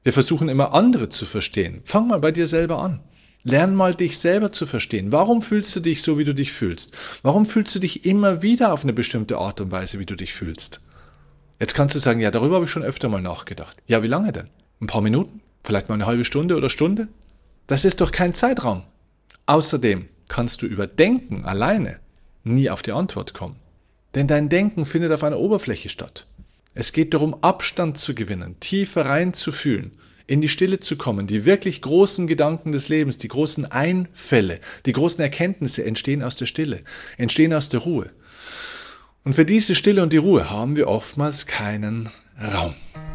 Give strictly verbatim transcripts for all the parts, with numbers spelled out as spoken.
Wir versuchen immer andere zu verstehen. Fang mal bei dir selber an. Lern mal dich selber zu verstehen. Warum fühlst du dich so, wie du dich fühlst? Warum fühlst du dich immer wieder auf eine bestimmte Art und Weise, wie du dich fühlst? Jetzt kannst du sagen, ja, darüber habe ich schon öfter mal nachgedacht. Ja, wie lange denn? Ein paar Minuten? Vielleicht mal eine halbe Stunde oder Stunde? Das ist doch kein Zeitraum. Außerdem kannst du über Denken alleine nie auf die Antwort kommen. Denn dein Denken findet auf einer Oberfläche statt. Es geht darum, Abstand zu gewinnen, tiefer reinzufühlen, in die Stille zu kommen. Die wirklich großen Gedanken des Lebens, die großen Einfälle, die großen Erkenntnisse entstehen aus der Stille, entstehen aus der Ruhe. Und für diese Stille und die Ruhe haben wir oftmals keinen Raum.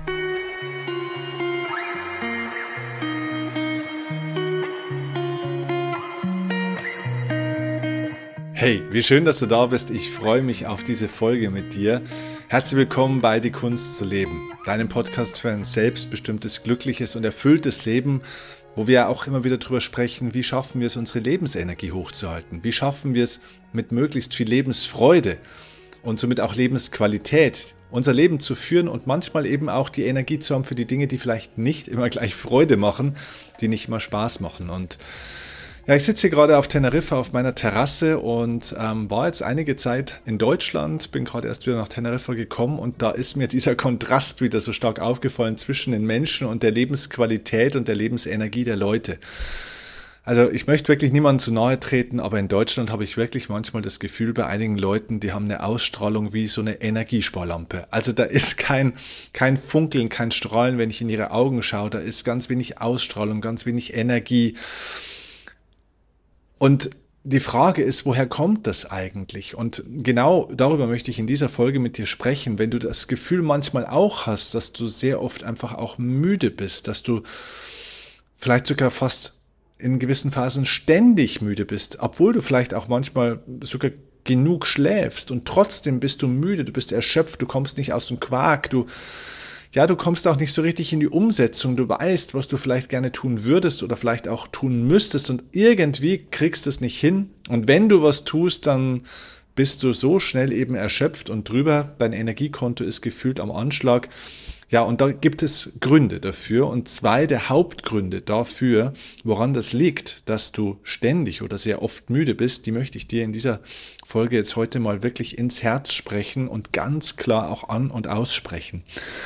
Hey, wie schön, dass du da bist. Ich freue mich auf diese Folge mit dir. Herzlich willkommen bei Die Kunst zu leben, deinem Podcast für ein selbstbestimmtes, glückliches und erfülltes Leben, wo wir auch immer wieder darüber sprechen, wie schaffen wir es, unsere Lebensenergie hochzuhalten? Wie schaffen wir es mit möglichst viel Lebensfreude und somit auch Lebensqualität unser Leben zu führen und manchmal eben auch die Energie zu haben für die Dinge, die vielleicht nicht immer gleich Freude machen, die nicht immer Spaß machen. Und ja, ich sitze hier gerade auf Teneriffa auf meiner Terrasse und ähm, war jetzt einige Zeit in Deutschland, bin gerade erst wieder nach Teneriffa gekommen und da ist mir dieser Kontrast wieder so stark aufgefallen zwischen den Menschen und der Lebensqualität und der Lebensenergie der Leute. Also ich möchte wirklich niemandem zu nahe treten, aber in Deutschland habe ich wirklich manchmal das Gefühl bei einigen Leuten, die haben eine Ausstrahlung wie so eine Energiesparlampe. Also da ist kein, kein Funkeln, kein Strahlen, wenn ich in ihre Augen schaue, da ist ganz wenig Ausstrahlung, ganz wenig Energie. Und die Frage ist, woher kommt das eigentlich? Und genau darüber möchte ich in dieser Folge mit dir sprechen. Wenn du das Gefühl manchmal auch hast, dass du sehr oft einfach auch müde bist, dass du vielleicht sogar fast in gewissen Phasen ständig müde bist, obwohl du vielleicht auch manchmal sogar genug schläfst und trotzdem bist du müde, du bist erschöpft, du kommst nicht aus dem Quark, du Ja, du kommst auch nicht so richtig in die Umsetzung. Du weißt, was du vielleicht gerne tun würdest oder vielleicht auch tun müsstest und irgendwie kriegst du es nicht hin. Und wenn du was tust, dann bist du so schnell eben erschöpft und drüber. Dein Energiekonto ist gefühlt am Anschlag. Ja, und da gibt es Gründe dafür und zwei der Hauptgründe dafür, woran das liegt, dass du ständig oder sehr oft müde bist, die möchte ich dir in dieser Folge jetzt heute mal wirklich ins Herz sprechen und ganz klar auch an- und aussprechen.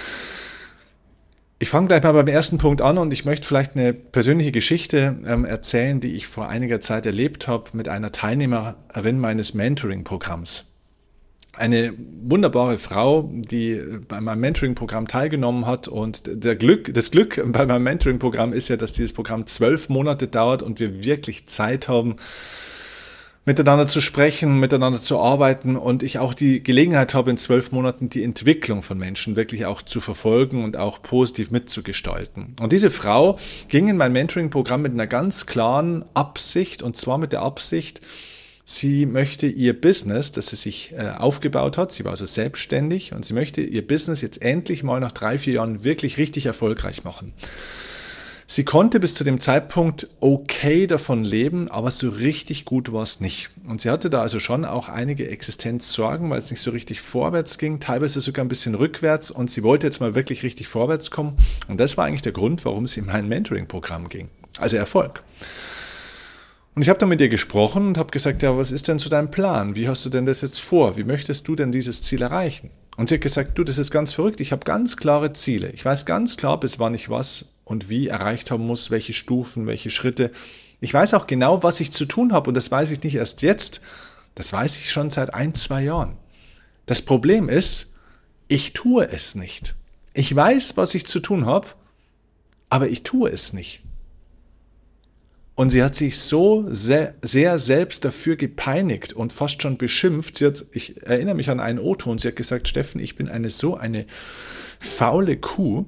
Ich fange gleich mal beim ersten Punkt an und ich möchte vielleicht eine persönliche Geschichte ähm, erzählen, die ich vor einiger Zeit erlebt habe mit einer Teilnehmerin meines Mentoring-Programms. Eine wunderbare Frau, die bei meinem Mentoring-Programm teilgenommen hat und der Glück, das Glück bei meinem Mentoring-Programm ist ja, dass dieses Programm zwölf Monate dauert und wir wirklich Zeit haben, miteinander zu sprechen, miteinander zu arbeiten und ich auch die Gelegenheit habe, in zwölf Monaten die Entwicklung von Menschen wirklich auch zu verfolgen und auch positiv mitzugestalten. Und diese Frau ging in mein Mentoring-Programm mit einer ganz klaren Absicht und zwar mit der Absicht, sie möchte ihr Business, das sie sich äh, aufgebaut hat, sie war also selbstständig und sie möchte ihr Business jetzt endlich mal nach drei, vier Jahren wirklich richtig erfolgreich machen. Sie konnte bis zu dem Zeitpunkt okay davon leben, aber so richtig gut war es nicht. Und sie hatte da also schon auch einige Existenzsorgen, weil es nicht so richtig vorwärts ging, teilweise sogar ein bisschen rückwärts und sie wollte jetzt mal wirklich richtig vorwärts kommen. Und das war eigentlich der Grund, warum sie in mein Mentoring-Programm ging. Also Erfolg. Und ich habe dann mit ihr gesprochen und habe gesagt, ja, was ist denn so dein Plan? Wie hast du denn das jetzt vor? Wie möchtest du denn dieses Ziel erreichen? Und sie hat gesagt, du, das ist ganz verrückt, ich habe ganz klare Ziele. Ich weiß ganz klar, bis wann ich was und wie erreicht haben muss, welche Stufen, welche Schritte. Ich weiß auch genau, was ich zu tun habe und das weiß ich nicht erst jetzt, das weiß ich schon seit ein, zwei Jahren. Das Problem ist, ich tue es nicht. Ich weiß, was ich zu tun habe, aber ich tue es nicht. Und sie hat sich so sehr, sehr selbst dafür gepeinigt und fast schon beschimpft. Sie hat, ich erinnere mich an einen O-Ton, sie hat gesagt, Steffen, ich bin eine so eine faule Kuh.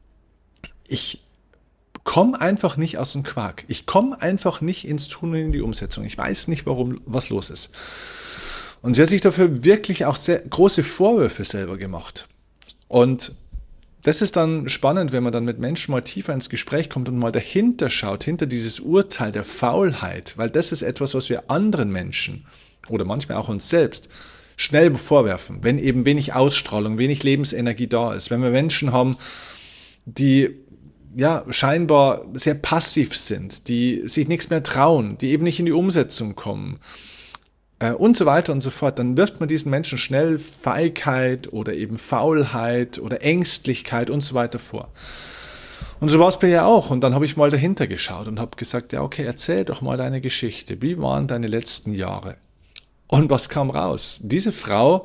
Ich komme einfach nicht aus dem Quark. Ich komme einfach nicht ins Tun und in die Umsetzung. Ich weiß nicht, warum, was los ist. Und sie hat sich dafür wirklich auch sehr große Vorwürfe selber gemacht. Und das ist dann spannend, wenn man dann mit Menschen mal tiefer ins Gespräch kommt und mal dahinter schaut, hinter dieses Urteil der Faulheit, weil das ist etwas, was wir anderen Menschen oder manchmal auch uns selbst schnell vorwerfen, wenn eben wenig Ausstrahlung, wenig Lebensenergie da ist, wenn wir Menschen haben, die ja, scheinbar sehr passiv sind, die sich nichts mehr trauen, die eben nicht in die Umsetzung kommen äh, und so weiter und so fort, dann wirft man diesen Menschen schnell Feigheit oder eben Faulheit oder Ängstlichkeit und so weiter vor. Und so war es bei ihr auch. Und dann habe ich mal dahinter geschaut und habe gesagt, ja okay, erzähl doch mal deine Geschichte. Wie waren deine letzten Jahre? Und was kam raus? Diese Frau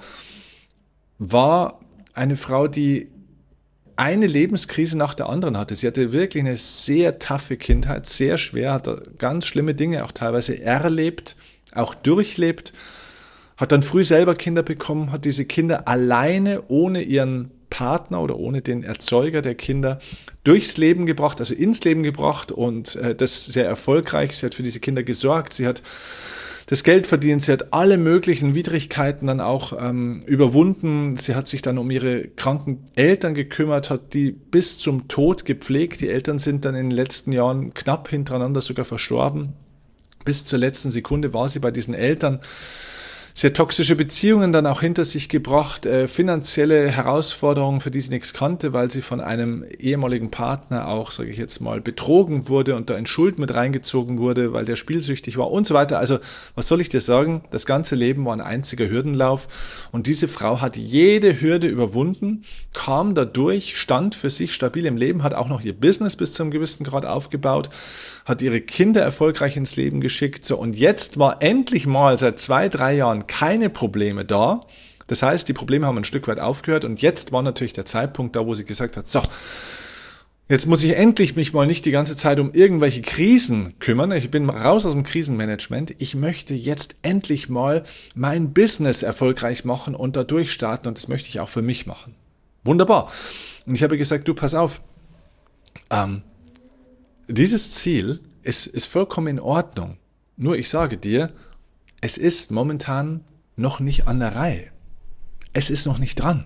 war eine Frau, die eine Lebenskrise nach der anderen hatte. Sie hatte wirklich eine sehr taffe Kindheit, sehr schwer, hat ganz schlimme Dinge auch teilweise erlebt, auch durchlebt, hat dann früh selber Kinder bekommen, hat diese Kinder alleine ohne ihren Partner oder ohne den Erzeuger der Kinder durchs Leben gebracht, also ins Leben gebracht und äh, das sehr erfolgreich. Sie hat für diese Kinder gesorgt, sie hat das Geld verdient, sie hat alle möglichen Widrigkeiten dann auch ähm, überwunden. Sie hat sich dann um ihre kranken Eltern gekümmert, hat die bis zum Tod gepflegt. Die Eltern sind dann in den letzten Jahren knapp hintereinander sogar verstorben. Bis zur letzten Sekunde war sie bei diesen Eltern. Sehr toxische Beziehungen dann auch hinter sich gebracht, äh, finanzielle Herausforderungen, für die sie nichts kannte, weil sie von einem ehemaligen Partner auch, sage ich jetzt mal, betrogen wurde und da in Schuld mit reingezogen wurde, weil der spielsüchtig war und so weiter. Also was soll ich dir sagen? Das ganze Leben war ein einziger Hürdenlauf und diese Frau hat jede Hürde überwunden, kam dadurch, stand für sich stabil im Leben, hat auch noch ihr Business bis zu einem gewissen Grad aufgebaut, hat ihre Kinder erfolgreich ins Leben geschickt. So, und jetzt war endlich mal seit zwei, drei Jahren keine Probleme da. Das heißt, die Probleme haben ein Stück weit aufgehört und jetzt war natürlich der Zeitpunkt da, wo sie gesagt hat, so, jetzt muss ich endlich mich mal nicht die ganze Zeit um irgendwelche Krisen kümmern. Ich bin raus aus dem Krisenmanagement. Ich möchte jetzt endlich mal mein Business erfolgreich machen und da durchstarten und das möchte ich auch für mich machen. Wunderbar. Und ich habe gesagt, du, pass auf, ähm, dieses Ziel ist, ist vollkommen in Ordnung. Nur ich sage dir, es ist momentan noch nicht an der Reihe. Es ist noch nicht dran.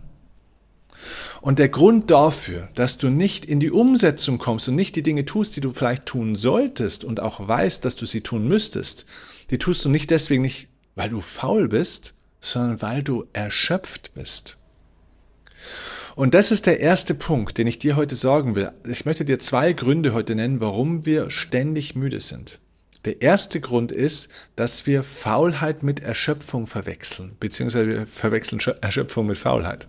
Und der Grund dafür, dass du nicht in die Umsetzung kommst und nicht die Dinge tust, die du vielleicht tun solltest und auch weißt, dass du sie tun müsstest, die tust du nicht deswegen nicht, weil du faul bist, sondern weil du erschöpft bist. Und das ist der erste Punkt, den ich dir heute sagen will. Ich möchte dir zwei Gründe heute nennen, warum wir ständig müde sind. Der erste Grund ist, dass wir Faulheit mit Erschöpfung verwechseln, beziehungsweise wir verwechseln Erschöpfung mit Faulheit.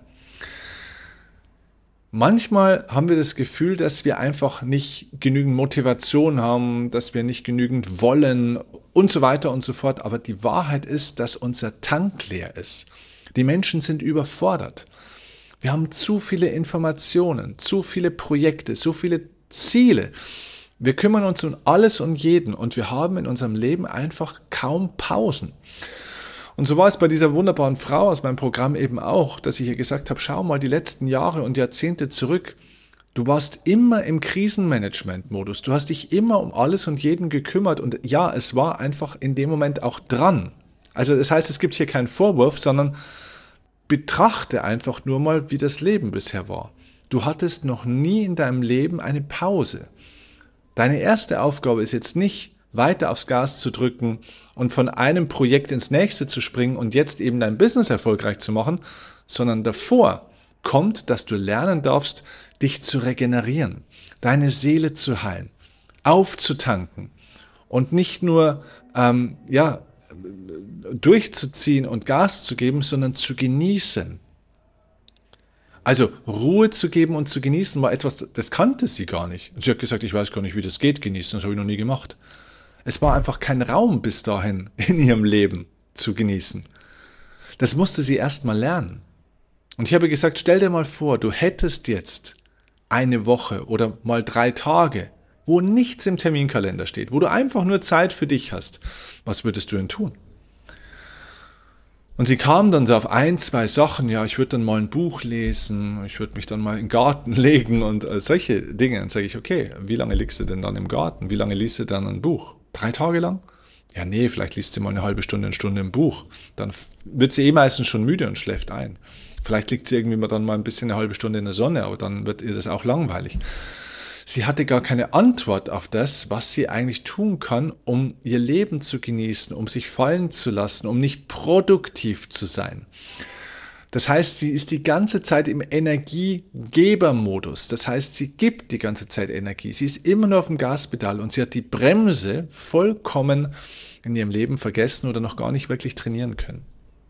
Manchmal haben wir das Gefühl, dass wir einfach nicht genügend Motivation haben, dass wir nicht genügend wollen und so weiter und so fort. Aber die Wahrheit ist, dass unser Tank leer ist. Die Menschen sind überfordert. Wir haben zu viele Informationen, zu viele Projekte, so viele Ziele. Wir kümmern uns um alles und jeden und wir haben in unserem Leben einfach kaum Pausen. Und so war es bei dieser wunderbaren Frau aus meinem Programm eben auch, dass ich ihr gesagt habe, schau mal die letzten Jahre und Jahrzehnte zurück. Du warst immer im Krisenmanagement-Modus. Du hast dich immer um alles und jeden gekümmert und ja, es war einfach in dem Moment auch dran. Also das heißt, es gibt hier keinen Vorwurf, sondern betrachte einfach nur mal, wie das Leben bisher war. Du hattest noch nie in deinem Leben eine Pause. Deine erste Aufgabe ist jetzt nicht, weiter aufs Gas zu drücken und von einem Projekt ins nächste zu springen und jetzt eben dein Business erfolgreich zu machen, sondern davor kommt, dass du lernen darfst, dich zu regenerieren, deine Seele zu heilen, aufzutanken und nicht nur ähm, ja, durchzuziehen und Gas zu geben, sondern zu genießen. Also Ruhe zu geben und zu genießen war etwas, das kannte sie gar nicht. Und sie hat gesagt, ich weiß gar nicht, wie das geht, genießen, das habe ich noch nie gemacht. Es war einfach kein Raum bis dahin in ihrem Leben zu genießen. Das musste sie erst mal lernen. Und ich habe gesagt, stell dir mal vor, du hättest jetzt eine Woche oder mal drei Tage, wo nichts im Terminkalender steht, wo du einfach nur Zeit für dich hast. Was würdest du denn tun? Und sie kam dann so auf ein, zwei Sachen, ja, ich würde dann mal ein Buch lesen, ich würde mich dann mal in den Garten legen und äh, solche Dinge. Dann sage ich, okay, wie lange liegst du denn dann im Garten? Wie lange liest du dann ein Buch? Drei Tage lang? Ja, nee, vielleicht liest sie mal eine halbe Stunde, eine Stunde im Buch. Dann wird sie eh meistens schon müde und schläft ein. Vielleicht liegt sie irgendwie mal dann mal ein bisschen eine halbe Stunde in der Sonne, aber dann wird ihr das auch langweilig. Sie hatte gar keine Antwort auf das, was sie eigentlich tun kann, um ihr Leben zu genießen, um sich fallen zu lassen, um nicht produktiv zu sein. Das heißt, sie ist die ganze Zeit im Energiegebermodus. Das heißt, sie gibt die ganze Zeit Energie. Sie ist immer nur auf dem Gaspedal und sie hat die Bremse vollkommen in ihrem Leben vergessen oder noch gar nicht wirklich trainieren können.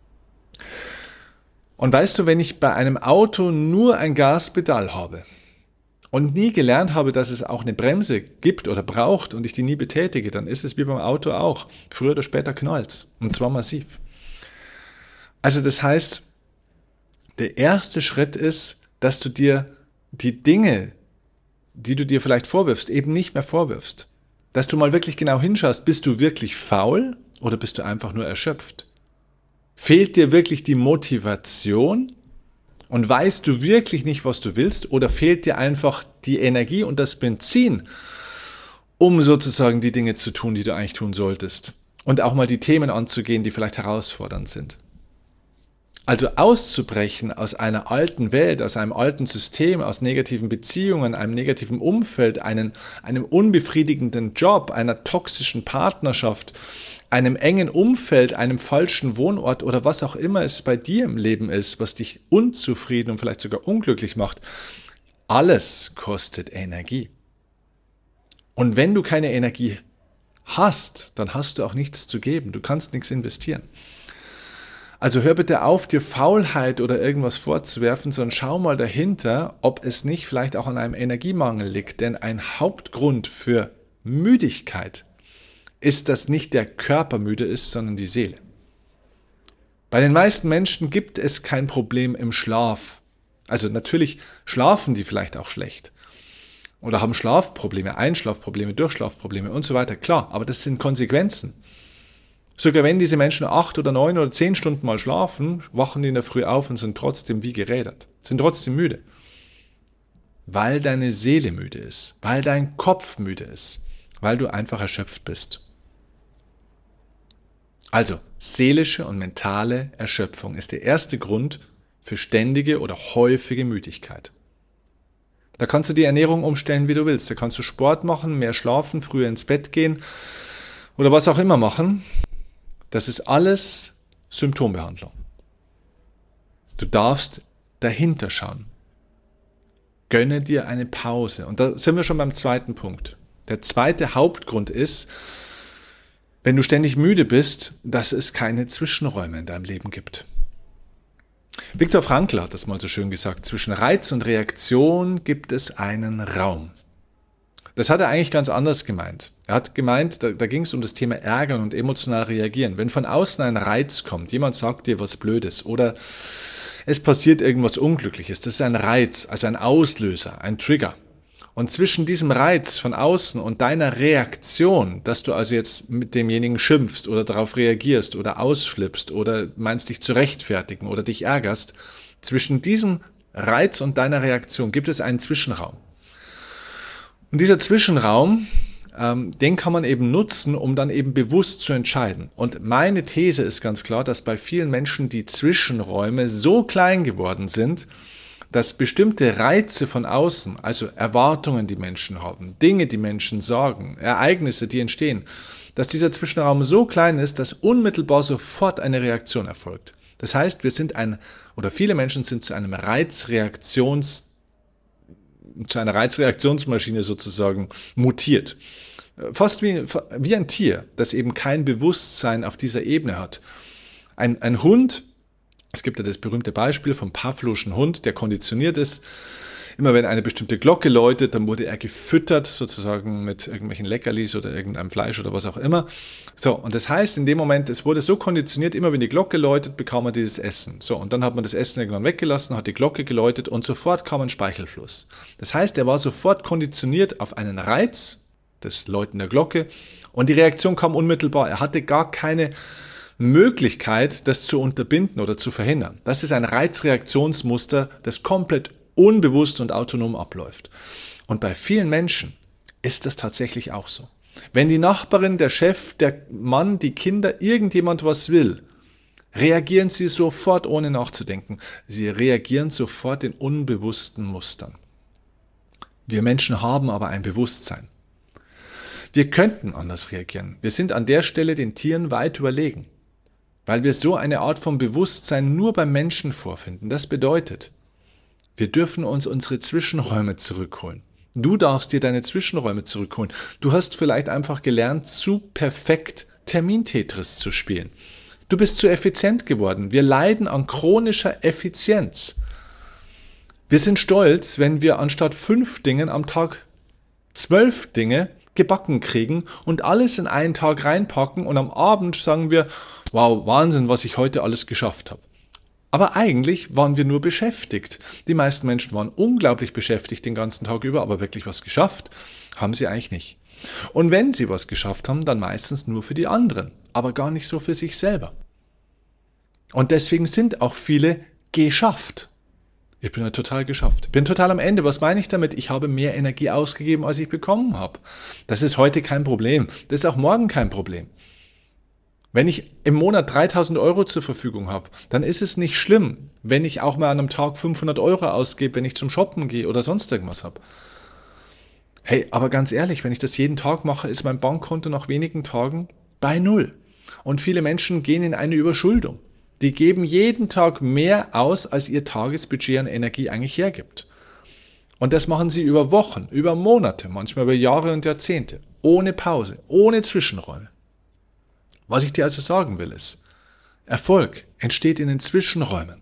Und weißt du, wenn ich bei einem Auto nur ein Gaspedal habe und nie gelernt habe, dass es auch eine Bremse gibt oder braucht und ich die nie betätige, dann ist es wie beim Auto auch. Früher oder später knallt's. Und zwar massiv. Also das heißt, der erste Schritt ist, dass du dir die Dinge, die du dir vielleicht vorwirfst, eben nicht mehr vorwirfst. Dass du mal wirklich genau hinschaust, bist du wirklich faul oder bist du einfach nur erschöpft? Fehlt dir wirklich die Motivation und weißt du wirklich nicht, was du willst, oder fehlt dir einfach die Energie und das Benzin, um sozusagen die Dinge zu tun, die du eigentlich tun solltest und auch mal die Themen anzugehen, die vielleicht herausfordernd sind? Also auszubrechen aus einer alten Welt, aus einem alten System, aus negativen Beziehungen, einem negativen Umfeld, einem, einem unbefriedigenden Job, einer toxischen Partnerschaft, einem engen Umfeld, einem falschen Wohnort oder was auch immer es bei dir im Leben ist, was dich unzufrieden und vielleicht sogar unglücklich macht. Alles kostet Energie. Und wenn du keine Energie hast, dann hast du auch nichts zu geben. Du kannst nichts investieren. Also hör bitte auf, dir Faulheit oder irgendwas vorzuwerfen, sondern schau mal dahinter, ob es nicht vielleicht auch an einem Energiemangel liegt. Denn ein Hauptgrund für Müdigkeit ist, dass nicht der Körper müde ist, sondern die Seele. Bei den meisten Menschen gibt es kein Problem im Schlaf. Also natürlich schlafen die vielleicht auch schlecht oder haben Schlafprobleme, Einschlafprobleme, Durchschlafprobleme und so weiter. Klar, aber das sind Konsequenzen. Sogar wenn diese Menschen acht oder neun oder zehn Stunden mal schlafen, wachen die in der Früh auf und sind trotzdem wie gerädert, sind trotzdem müde. Weil deine Seele müde ist, weil dein Kopf müde ist, weil du einfach erschöpft bist. Also, seelische und mentale Erschöpfung ist der erste Grund für ständige oder häufige Müdigkeit. Da kannst du die Ernährung umstellen, wie du willst. Da kannst du Sport machen, mehr schlafen, früher ins Bett gehen oder was auch immer machen. Das ist alles Symptombehandlung. Du darfst dahinter schauen. Gönne dir eine Pause. Und da sind wir schon beim zweiten Punkt. Der zweite Hauptgrund ist, wenn du ständig müde bist, dass es keine Zwischenräume in deinem Leben gibt. Viktor Frankl hat das mal so schön gesagt, zwischen Reiz und Reaktion gibt es einen Raum. Das hat er eigentlich ganz anders gemeint. Er hat gemeint, da, da ging es um das Thema Ärgern und emotional reagieren. Wenn von außen ein Reiz kommt, jemand sagt dir was Blödes oder es passiert irgendwas Unglückliches, das ist ein Reiz, also ein Auslöser, ein Trigger. Und zwischen diesem Reiz von außen und deiner Reaktion, dass du also jetzt mit demjenigen schimpfst oder darauf reagierst oder ausflippst oder meinst dich zu rechtfertigen oder dich ärgerst, zwischen diesem Reiz und deiner Reaktion gibt es einen Zwischenraum. Und dieser Zwischenraum, ähm, den kann man eben nutzen, um dann eben bewusst zu entscheiden. Und meine These ist ganz klar, dass bei vielen Menschen die Zwischenräume so klein geworden sind, dass bestimmte Reize von außen, also Erwartungen, die Menschen haben, Dinge, die Menschen sagen, Ereignisse, die entstehen, dass dieser Zwischenraum so klein ist, dass unmittelbar sofort eine Reaktion erfolgt. Das heißt, wir sind ein, oder viele Menschen sind zu einem Reizreaktions zu einer Reizreaktionsmaschine sozusagen mutiert. Fast wie, wie ein Tier, das eben kein Bewusstsein auf dieser Ebene hat. Ein, ein Hund, es gibt ja das berühmte Beispiel vom Pavlovschen Hund, der konditioniert ist. Immer wenn eine bestimmte Glocke läutet, dann wurde er gefüttert, sozusagen mit irgendwelchen Leckerlis oder irgendeinem Fleisch oder was auch immer. So, und das heißt, in dem Moment, es wurde so konditioniert, immer wenn die Glocke läutet, bekam er dieses Essen. So, und dann hat man das Essen irgendwann weggelassen, hat die Glocke geläutet und sofort kam ein Speichelfluss. Das heißt, er war sofort konditioniert auf einen Reiz, das Läuten der Glocke, und die Reaktion kam unmittelbar. Er hatte gar keine Möglichkeit, das zu unterbinden oder zu verhindern. Das ist ein Reizreaktionsmuster, das komplett unbewusst und autonom abläuft. Und bei vielen Menschen ist das tatsächlich auch so. Wenn die Nachbarin, der Chef, der Mann, die Kinder, irgendjemand was will, reagieren sie sofort, ohne nachzudenken. Sie reagieren sofort in unbewussten Mustern. Wir Menschen haben aber ein Bewusstsein. Wir könnten anders reagieren. Wir sind an der Stelle den Tieren weit überlegen. weil wir so eine Art von Bewusstsein nur beim Menschen vorfinden. Das bedeutet, wir dürfen uns unsere Zwischenräume zurückholen. Du darfst dir deine Zwischenräume zurückholen. Du hast vielleicht einfach gelernt, zu perfekt Termin-Tetris zu spielen. Du bist zu effizient geworden. Wir leiden an chronischer Effizienz. Wir sind stolz, wenn wir anstatt fünf Dingen am Tag zwölf Dinge gebacken kriegen und alles in einen Tag reinpacken und am Abend sagen wir, wow, Wahnsinn, was ich heute alles geschafft habe. Aber eigentlich waren wir nur beschäftigt. Die meisten Menschen waren unglaublich beschäftigt den ganzen Tag über, aber wirklich was geschafft haben sie eigentlich nicht. Und wenn sie was geschafft haben, dann meistens nur für die anderen, aber gar nicht so für sich selber. Und deswegen sind auch viele geschafft. Ich bin ja total geschafft. Bin total am Ende. Was meine ich damit? Ich habe mehr Energie ausgegeben, als ich bekommen habe. Das ist heute kein Problem. Das ist auch morgen kein Problem. Wenn ich im Monat dreitausend Euro zur Verfügung habe, dann ist es nicht schlimm, wenn ich auch mal an einem Tag fünfhundert Euro ausgebe, wenn ich zum Shoppen gehe oder sonst irgendwas habe. Hey, aber ganz ehrlich, wenn ich das jeden Tag mache, ist mein Bankkonto nach wenigen Tagen bei Null. Und viele Menschen gehen in eine Überschuldung. Die geben jeden Tag mehr aus, als ihr Tagesbudget an Energie eigentlich hergibt. Und das machen sie über Wochen, über Monate, manchmal über Jahre und Jahrzehnte, ohne Pause, ohne Zwischenräume. Was ich dir also sagen will ist, Erfolg entsteht in den Zwischenräumen.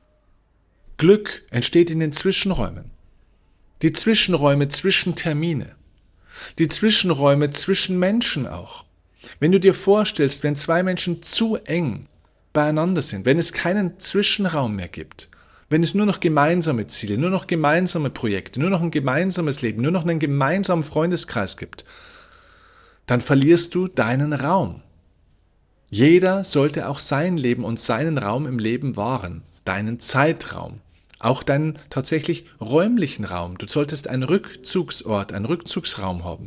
Glück entsteht in den Zwischenräumen. Die Zwischenräume zwischen Termine. Die Zwischenräume zwischen Menschen auch. Wenn du dir vorstellst, wenn zwei Menschen zu eng beieinander sind, wenn es keinen Zwischenraum mehr gibt, wenn es nur noch gemeinsame Ziele, nur noch gemeinsame Projekte, nur noch ein gemeinsames Leben, nur noch einen gemeinsamen Freundeskreis gibt, dann verlierst du deinen Raum. Jeder sollte auch sein Leben und seinen Raum im Leben wahren, deinen Zeitraum, auch deinen tatsächlich räumlichen Raum. Du solltest einen Rückzugsort, einen Rückzugsraum haben.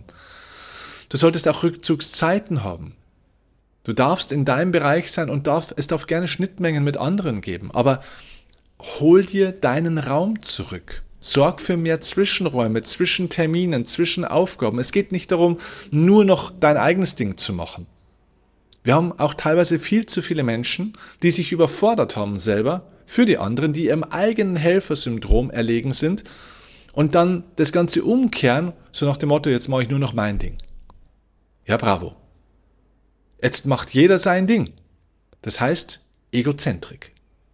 Du solltest auch Rückzugszeiten haben. Du darfst in deinem Bereich sein und darf, es darf gerne Schnittmengen mit anderen geben, aber hol dir deinen Raum zurück. Sorg für mehr Zwischenräume, zwischen Terminen, zwischen Aufgaben. Es geht nicht darum, nur noch dein eigenes Ding zu machen. Wir haben auch teilweise viel zu viele Menschen, die sich überfordert haben selber für die anderen, die ihrem eigenen Helfersyndrom erlegen sind und dann das Ganze umkehren, so nach dem Motto, jetzt mache ich nur noch mein Ding. Ja, bravo. Jetzt macht jeder sein Ding. Das heißt Egozentrik.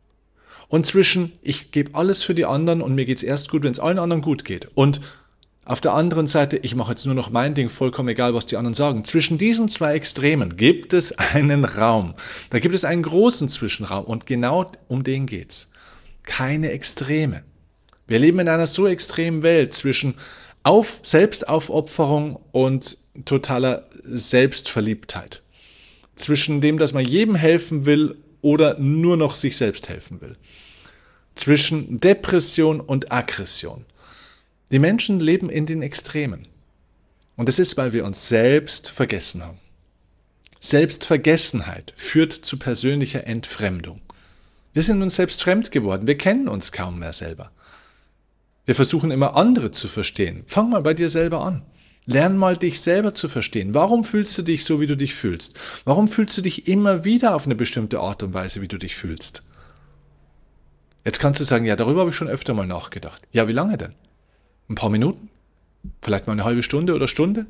Und zwischen, ich gebe alles für die anderen und mir geht's erst gut, wenn es allen anderen gut geht. Und auf der anderen Seite, ich mache jetzt nur noch mein Ding, vollkommen egal, was die anderen sagen. Zwischen diesen zwei Extremen gibt es einen Raum. Da gibt es einen großen Zwischenraum und genau um den geht's. Keine Extreme. Wir leben in einer so extremen Welt zwischen Auf, Selbstaufopferung und totaler Selbstverliebtheit. Zwischen dem, dass man jedem helfen will oder nur noch sich selbst helfen will. Zwischen Depression und Aggression. Die Menschen leben in den Extremen. Und das ist, weil wir uns selbst vergessen haben. Selbstvergessenheit führt zu persönlicher Entfremdung. Wir sind uns selbst fremd geworden. Wir kennen uns kaum mehr selber. Wir versuchen immer andere zu verstehen. Fang mal bei dir selber an. Lern mal dich selber zu verstehen. Warum fühlst du dich so, wie du dich fühlst? Warum fühlst du dich immer wieder auf eine bestimmte Art und Weise, wie du dich fühlst? Jetzt kannst du sagen, ja, darüber habe ich schon öfter mal nachgedacht. Ja, wie lange denn? Ein paar Minuten? Vielleicht mal eine halbe Stunde oder Stunde?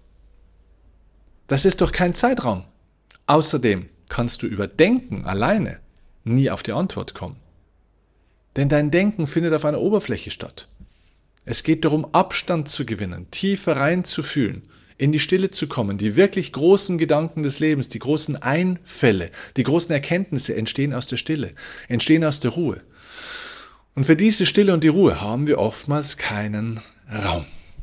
Das ist doch kein Zeitraum. Außerdem kannst du über Denken alleine nie auf die Antwort kommen. Denn dein Denken findet auf einer Oberfläche statt. Es geht darum, Abstand zu gewinnen, tiefer reinzufühlen, in die Stille zu kommen. Die wirklich großen Gedanken des Lebens, die großen Einfälle, die großen Erkenntnisse entstehen aus der Stille, entstehen aus der Ruhe. Und für diese Stille und die Ruhe haben wir oftmals keinen Raum.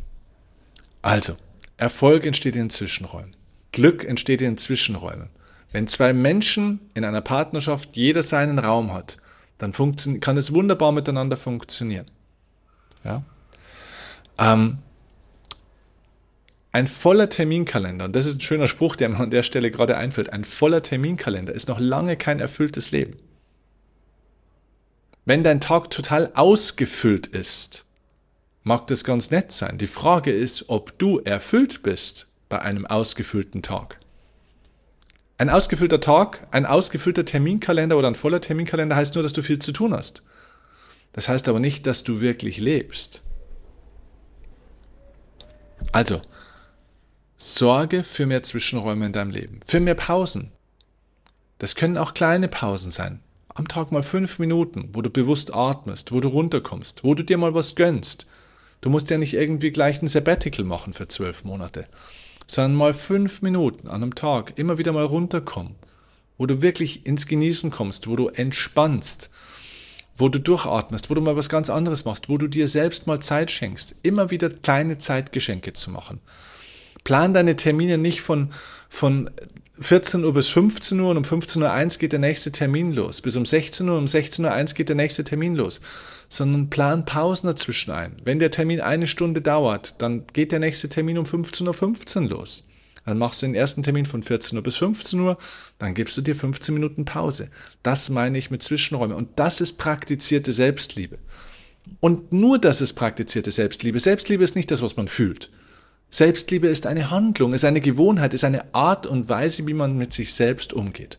Also, Erfolg entsteht in Zwischenräumen. Glück entsteht in Zwischenräumen. Wenn zwei Menschen in einer Partnerschaft jeder seinen Raum hat, dann funktio- kann es wunderbar miteinander funktionieren. Ja? Ähm, ein voller Terminkalender, und das ist ein schöner Spruch, der mir an der Stelle gerade einfällt, ein voller Terminkalender ist noch lange kein erfülltes Leben. Wenn dein Tag total ausgefüllt ist, mag das ganz nett sein. Die Frage ist, ob du erfüllt bist bei einem ausgefüllten Tag. Ein ausgefüllter Tag, ein ausgefüllter Terminkalender oder ein voller Terminkalender heißt nur, dass du viel zu tun hast. Das heißt aber nicht, dass du wirklich lebst. Also, sorge für mehr Zwischenräume in deinem Leben, für mehr Pausen. Das können auch kleine Pausen sein. Am Tag mal fünf Minuten, wo du bewusst atmest, wo du runterkommst, wo du dir mal was gönnst. Du musst ja nicht irgendwie gleich ein Sabbatical machen für zwölf Monate, sondern mal fünf Minuten an einem Tag immer wieder mal runterkommen, wo du wirklich ins Genießen kommst, wo du entspannst, wo du durchatmest, wo du mal was ganz anderes machst, wo du dir selbst mal Zeit schenkst, immer wieder kleine Zeitgeschenke zu machen. Plan deine Termine nicht von, von vierzehn Uhr bis fünfzehn Uhr und um fünfzehn Uhr eins geht der nächste Termin los, bis um sechzehn Uhr und um sechzehn Uhr eins geht der nächste Termin los, sondern plan Pausen dazwischen ein. Wenn der Termin eine Stunde dauert, dann geht der nächste Termin um fünfzehn Uhr fünfzehn los. Dann machst du den ersten Termin von vierzehn Uhr bis fünfzehn Uhr, dann gibst du dir fünfzehn Minuten Pause. Das meine ich mit Zwischenräumen und das ist praktizierte Selbstliebe. Und nur das ist praktizierte Selbstliebe. Selbstliebe ist nicht das, was man fühlt. Selbstliebe ist eine Handlung, ist eine Gewohnheit, ist eine Art und Weise, wie man mit sich selbst umgeht.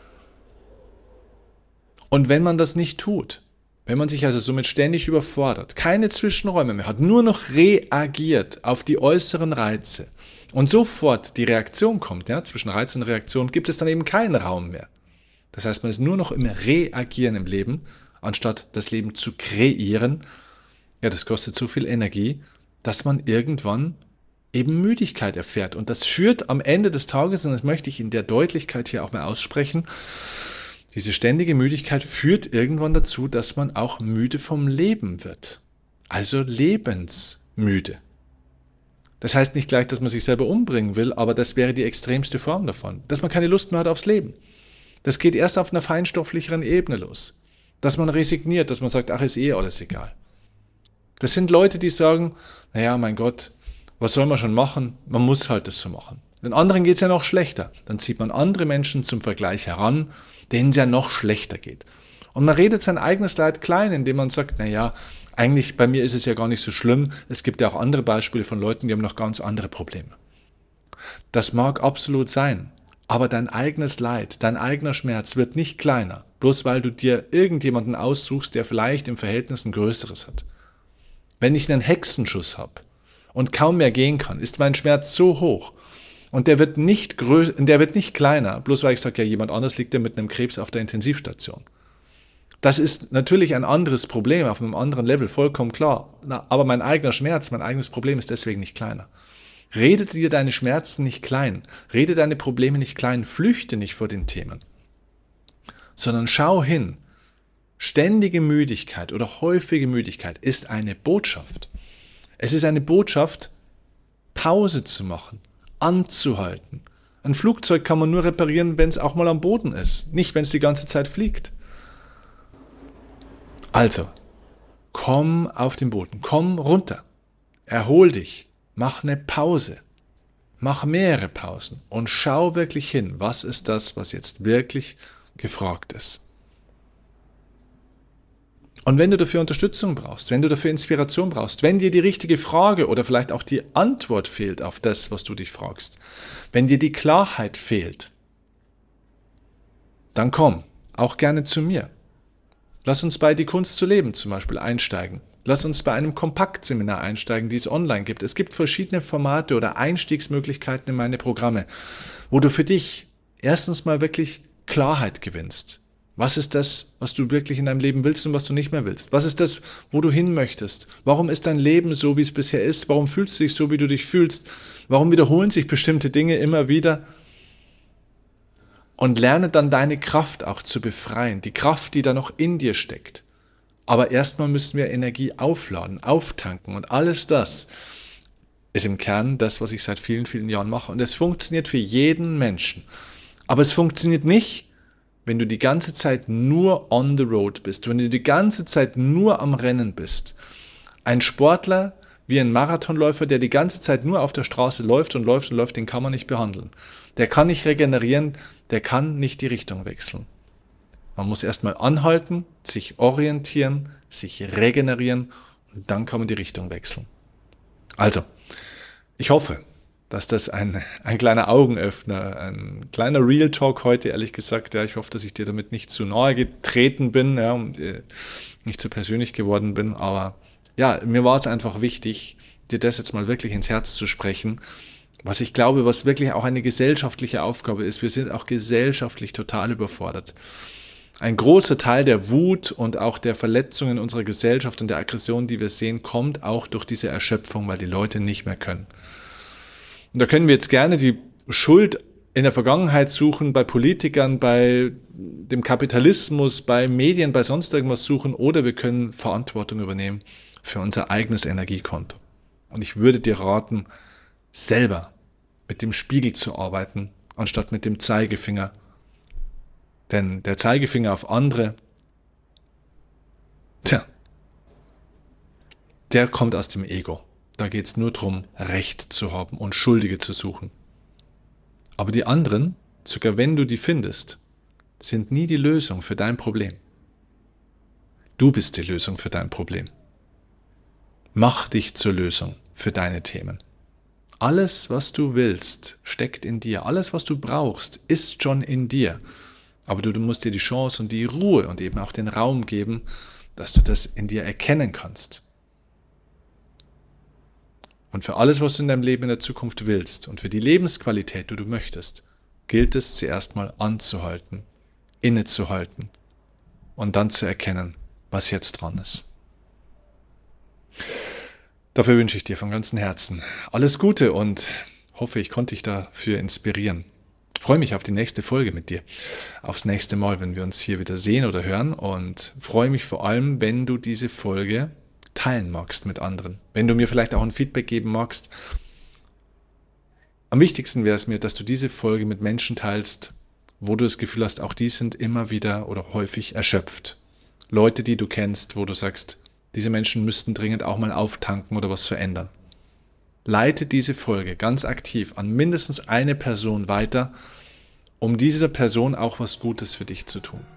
Und wenn man das nicht tut, wenn man sich also somit ständig überfordert, keine Zwischenräume mehr hat, nur noch reagiert auf die äußeren Reize und sofort die Reaktion kommt, ja, zwischen Reiz und Reaktion gibt es dann eben keinen Raum mehr. Das heißt, man ist nur noch im Reagieren im Leben, anstatt das Leben zu kreieren. Ja, das kostet so viel Energie, dass man irgendwann eben Müdigkeit erfährt. Und das schürt am Ende des Tages, und das möchte ich in der Deutlichkeit hier auch mal aussprechen, diese ständige Müdigkeit führt irgendwann dazu, dass man auch müde vom Leben wird. Also lebensmüde. Das heißt nicht gleich, dass man sich selber umbringen will, aber das wäre die extremste Form davon. Dass man keine Lust mehr hat aufs Leben. Das geht erst auf einer feinstofflicheren Ebene los. Dass man resigniert, dass man sagt, ach, ist eh alles egal. Das sind Leute, die sagen, naja, mein Gott, was soll man schon machen? Man muss halt das so machen. Den anderen geht es ja noch schlechter. Dann zieht man andere Menschen zum Vergleich heran, denen es ja noch schlechter geht. Und man redet sein eigenes Leid klein, indem man sagt, naja, eigentlich bei mir ist es ja gar nicht so schlimm. Es gibt ja auch andere Beispiele von Leuten, die haben noch ganz andere Probleme. Das mag absolut sein, aber dein eigenes Leid, dein eigener Schmerz wird nicht kleiner, bloß weil du dir irgendjemanden aussuchst, der vielleicht im Verhältnis ein größeres hat. Wenn ich einen Hexenschuss habe und kaum mehr gehen kann, ist mein Schmerz so hoch und der wird nicht grö- der wird nicht kleiner, bloß weil ich sage, ja, jemand anders liegt ja mit einem Krebs auf der Intensivstation. Das ist natürlich ein anderes Problem auf einem anderen Level, vollkommen klar. Na, aber mein eigener Schmerz, mein eigenes Problem ist deswegen nicht kleiner. Rede dir deine Schmerzen nicht klein, rede deine Probleme nicht klein, flüchte nicht vor den Themen, sondern schau hin. Ständige Müdigkeit oder häufige Müdigkeit ist eine Botschaft. Es ist eine Botschaft, Pause zu machen, anzuhalten. Ein Flugzeug kann man nur reparieren, wenn es auch mal am Boden ist, nicht wenn es die ganze Zeit fliegt. Also, komm auf den Boden, komm runter, erhol dich, mach eine Pause, mach mehrere Pausen und schau wirklich hin, was ist das, was jetzt wirklich gefragt ist. Und wenn du dafür Unterstützung brauchst, wenn du dafür Inspiration brauchst, wenn dir die richtige Frage oder vielleicht auch die Antwort fehlt auf das, was du dich fragst, wenn dir die Klarheit fehlt, dann komm, auch gerne zu mir. Lass uns bei Die Kunst zu leben zum Beispiel einsteigen. Lass uns bei einem Kompaktseminar einsteigen, die es online gibt. Es gibt verschiedene Formate oder Einstiegsmöglichkeiten in meine Programme, wo du für dich erstens mal wirklich Klarheit gewinnst. Was ist das, was du wirklich in deinem Leben willst und was du nicht mehr willst? Was ist das, wo du hin möchtest? Warum ist dein Leben so, wie es bisher ist? Warum fühlst du dich so, wie du dich fühlst? Warum wiederholen sich bestimmte Dinge immer wieder? Und lerne dann deine Kraft auch zu befreien, die Kraft, die da noch in dir steckt. Aber erstmal müssen wir Energie aufladen, auftanken und alles das ist im Kern das, was ich seit vielen, vielen Jahren mache. Und es funktioniert für jeden Menschen. Aber es funktioniert nicht, wenn du die ganze Zeit nur on the road bist, wenn du die ganze Zeit nur am Rennen bist. Ein Sportler wie ein Marathonläufer, der die ganze Zeit nur auf der Straße läuft und läuft und läuft, den kann man nicht behandeln. Der kann nicht regenerieren, der kann nicht die Richtung wechseln. Man muss erstmal anhalten, sich orientieren, sich regenerieren und dann kann man die Richtung wechseln. Also, ich hoffe, dass das ein, ein kleiner Augenöffner, ein kleiner Real Talk heute, ehrlich gesagt. Ja, ich hoffe, dass ich dir damit nicht zu nahe getreten bin, ja, und äh, nicht zu persönlich geworden bin. Aber ja, mir war es einfach wichtig, dir das jetzt mal wirklich ins Herz zu sprechen, was ich glaube, was wirklich auch eine gesellschaftliche Aufgabe ist. Wir sind auch gesellschaftlich total überfordert. Ein großer Teil der Wut und auch der Verletzungen unserer Gesellschaft und der Aggression, die wir sehen, kommt auch durch diese Erschöpfung, weil die Leute nicht mehr können. Und da können wir jetzt gerne die Schuld in der Vergangenheit suchen, bei Politikern, bei dem Kapitalismus, bei Medien, bei sonst irgendwas suchen, oder wir können Verantwortung übernehmen für unser eigenes Energiekonto. Und ich würde dir raten, selber mit dem Spiegel zu arbeiten, anstatt mit dem Zeigefinger. Denn der Zeigefinger auf andere, tja, der kommt aus dem Ego. Da geht es nur darum, Recht zu haben und Schuldige zu suchen. Aber die anderen, sogar wenn du die findest, sind nie die Lösung für dein Problem. Du bist die Lösung für dein Problem. Mach dich zur Lösung für deine Themen. Alles, was du willst, steckt in dir. Alles, was du brauchst, ist schon in dir. Aber du, du musst dir die Chance und die Ruhe und eben auch den Raum geben, dass du das in dir erkennen kannst. Und für alles, was du in deinem Leben in der Zukunft willst und für die Lebensqualität, die du möchtest, gilt es zuerst mal anzuhalten, innezuhalten und dann zu erkennen, was jetzt dran ist. Dafür wünsche ich dir von ganzem Herzen alles Gute und hoffe, ich konnte dich dafür inspirieren. Ich freue mich auf die nächste Folge mit dir, aufs nächste Mal, wenn wir uns hier wieder sehen oder hören, und freue mich vor allem, wenn du diese Folge teilen magst mit anderen, wenn du mir vielleicht auch ein Feedback geben magst. Am wichtigsten wäre es mir, dass du diese Folge mit Menschen teilst, wo du das Gefühl hast, auch die sind immer wieder oder häufig erschöpft. Leute, die du kennst, wo du sagst, diese Menschen müssten dringend auch mal auftanken oder was verändern. Leite diese Folge ganz aktiv an mindestens eine Person weiter, um dieser Person auch was Gutes für dich zu tun.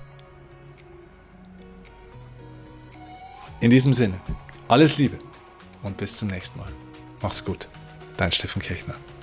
In diesem Sinne, alles Liebe und bis zum nächsten Mal. Mach's gut, dein Steffen Kirchner.